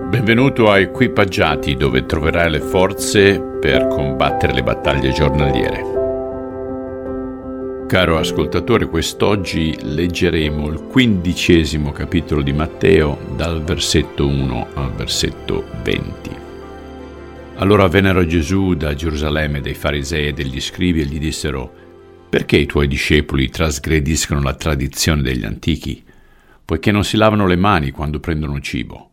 Benvenuto a Equipaggiati, dove troverai le forze per combattere le battaglie giornaliere. Caro ascoltatore, quest'oggi leggeremo il 15° capitolo di Matteo, dal versetto 1 al versetto 20. Allora vennero a Gesù da Gerusalemme dei farisei e degli scribi e gli dissero: «Perché i tuoi discepoli trasgrediscono la tradizione degli antichi, poiché non si lavano le mani quando prendono cibo?»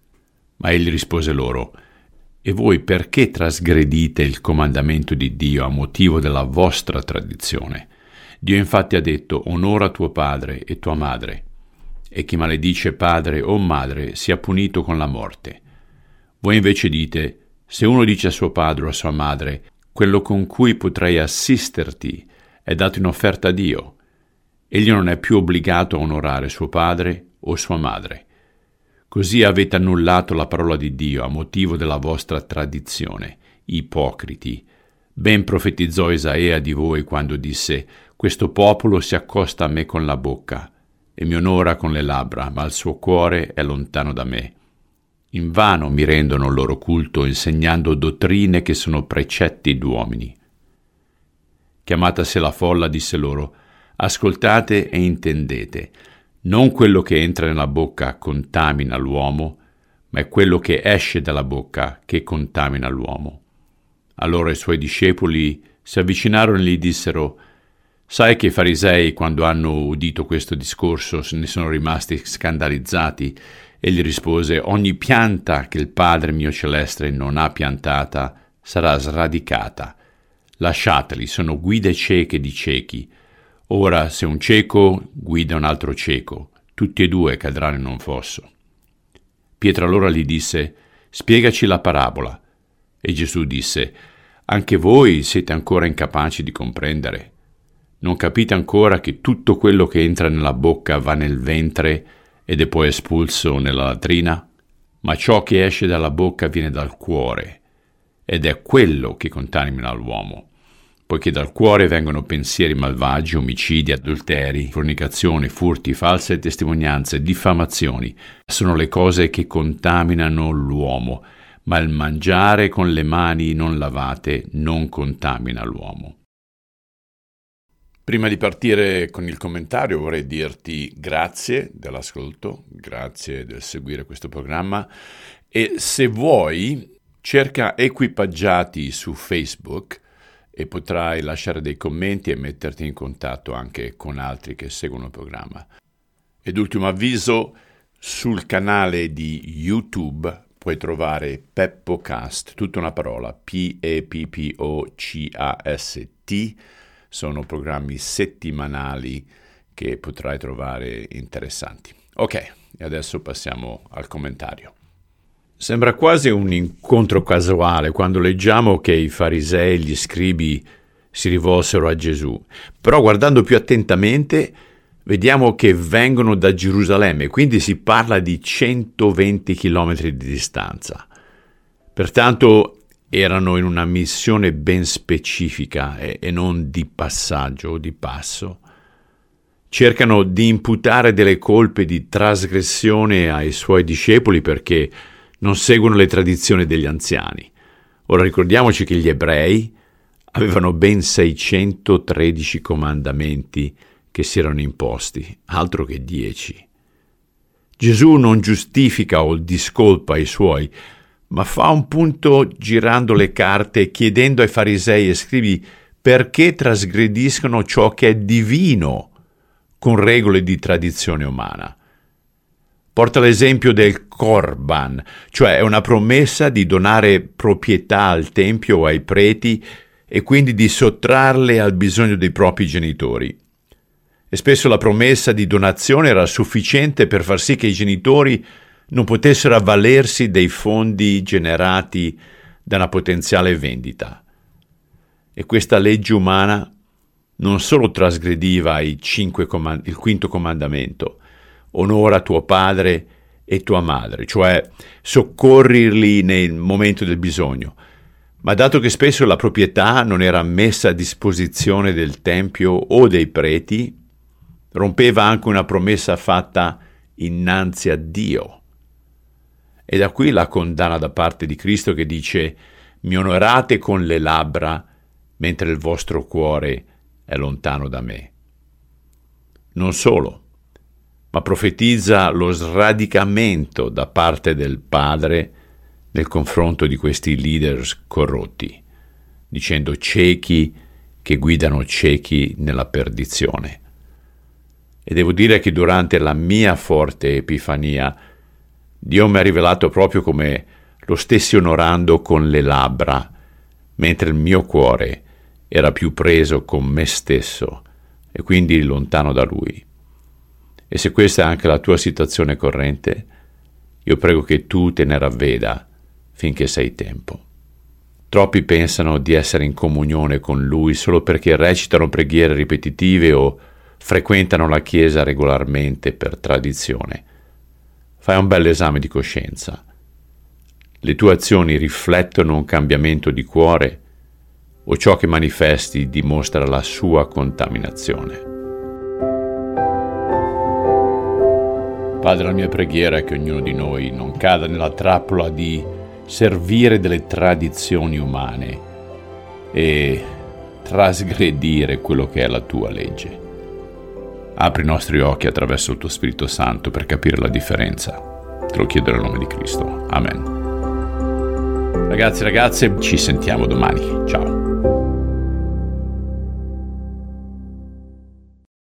Ma egli rispose loro: «E voi perché trasgredite il comandamento di Dio a motivo della vostra tradizione? Dio infatti ha detto: onora tuo padre e tua madre, e chi maledice padre o madre sia punito con la morte. Voi invece dite: se uno dice a suo padre o a sua madre: quello con cui potrei assisterti è dato in offerta a Dio, egli non è più obbligato a onorare suo padre o sua madre. Così avete annullato la parola di Dio a motivo della vostra tradizione, ipocriti. Ben profetizzò Isaia di voi quando disse: questo popolo si accosta a me con la bocca e mi onora con le labbra, ma il suo cuore è lontano da me. Invano mi rendono il loro culto, insegnando dottrine che sono precetti d'uomini». Chiamatasi la folla, disse loro: «Ascoltate e intendete. Non quello che entra nella bocca contamina l'uomo, ma è quello che esce dalla bocca che contamina l'uomo». Allora i suoi discepoli si avvicinarono e gli dissero: «Sai che i farisei, quando hanno udito questo discorso, ne sono rimasti scandalizzati?» Egli rispose: «Ogni pianta che il Padre mio celeste non ha piantata sarà sradicata. Lasciateli, sono guide cieche di ciechi. Ora, se un cieco guida un altro cieco, tutti e due cadranno in un fosso». Pietro allora gli disse: «Spiegaci la parabola». E Gesù disse: «Anche voi siete ancora incapaci di comprendere? Non capite ancora che tutto quello che entra nella bocca va nel ventre ed è poi espulso nella latrina? Ma ciò che esce dalla bocca viene dal cuore, ed è quello che contamina l'uomo. Poiché dal cuore vengono pensieri malvagi, omicidi, adulteri, fornicazioni, furti, false testimonianze, diffamazioni. Sono le cose che contaminano l'uomo, ma il mangiare con le mani non lavate non contamina l'uomo». Prima di partire con il commentario vorrei dirti grazie dell'ascolto, grazie del seguire questo programma, e se vuoi cerca Equipaggiati su Facebook e potrai lasciare dei commenti e metterti in contatto anche con altri che seguono il programma. Ed ultimo avviso, sul canale di YouTube puoi trovare PeppoCast, tutta una parola, P-E-P-P-O-C-A-S-T. Sono programmi settimanali che potrai trovare interessanti. Ok, e adesso passiamo al commentario. Sembra quasi un incontro casuale quando leggiamo che i farisei e gli scribi si rivolsero a Gesù, però guardando più attentamente vediamo che vengono da Gerusalemme, quindi si parla di 120 chilometri di distanza. Pertanto erano in una missione ben specifica e non di passaggio o di passo. Cercano di imputare delle colpe di trasgressione ai suoi discepoli perché non seguono le tradizioni degli anziani. Ora ricordiamoci che gli ebrei avevano ben 613 comandamenti che si erano imposti, altro che 10. Gesù non giustifica o discolpa i suoi, ma fa un punto girando le carte, chiedendo ai farisei e scribi perché trasgrediscono ciò che è divino con regole di tradizione umana. Porta l'esempio del Corban, cioè una promessa di donare proprietà al tempio o ai preti e quindi di sottrarle al bisogno dei propri genitori. E spesso la promessa di donazione era sufficiente per far sì che i genitori non potessero avvalersi dei fondi generati da una potenziale vendita. E questa legge umana non solo trasgrediva il quinto comandamento, onora tuo padre e tua madre, cioè soccorrerli nel momento del bisogno, ma dato che spesso la proprietà non era messa a disposizione del tempio o dei preti, rompeva anche una promessa fatta innanzi a Dio. E da qui la condanna da parte di Cristo che dice: mi onorate con le labbra, mentre il vostro cuore è lontano da me. Non solo, ma profetizza lo sradicamento da parte del Padre nel confronto di questi leaders corrotti, dicendo ciechi che guidano ciechi nella perdizione. E devo dire che durante la mia forte epifania Dio mi ha rivelato proprio come lo stessi onorando con le labbra, mentre il mio cuore era più preso con me stesso e quindi lontano da Lui. E se questa è anche la tua situazione corrente, io prego che tu te ne ravveda finché sei tempo. Troppi pensano di essere in comunione con Lui solo perché recitano preghiere ripetitive o frequentano la Chiesa regolarmente per tradizione. Fai un bel esame di coscienza. Le tue azioni riflettono un cambiamento di cuore o ciò che manifesti dimostra la sua contaminazione? Padre, la mia preghiera è che ognuno di noi non cada nella trappola di servire delle tradizioni umane e trasgredire quello che è la tua legge. Apri i nostri occhi attraverso il tuo Spirito Santo per capire la differenza. Te lo chiedo nel nome di Cristo. Amen. Ragazzi e ragazze, ci sentiamo domani. Ciao.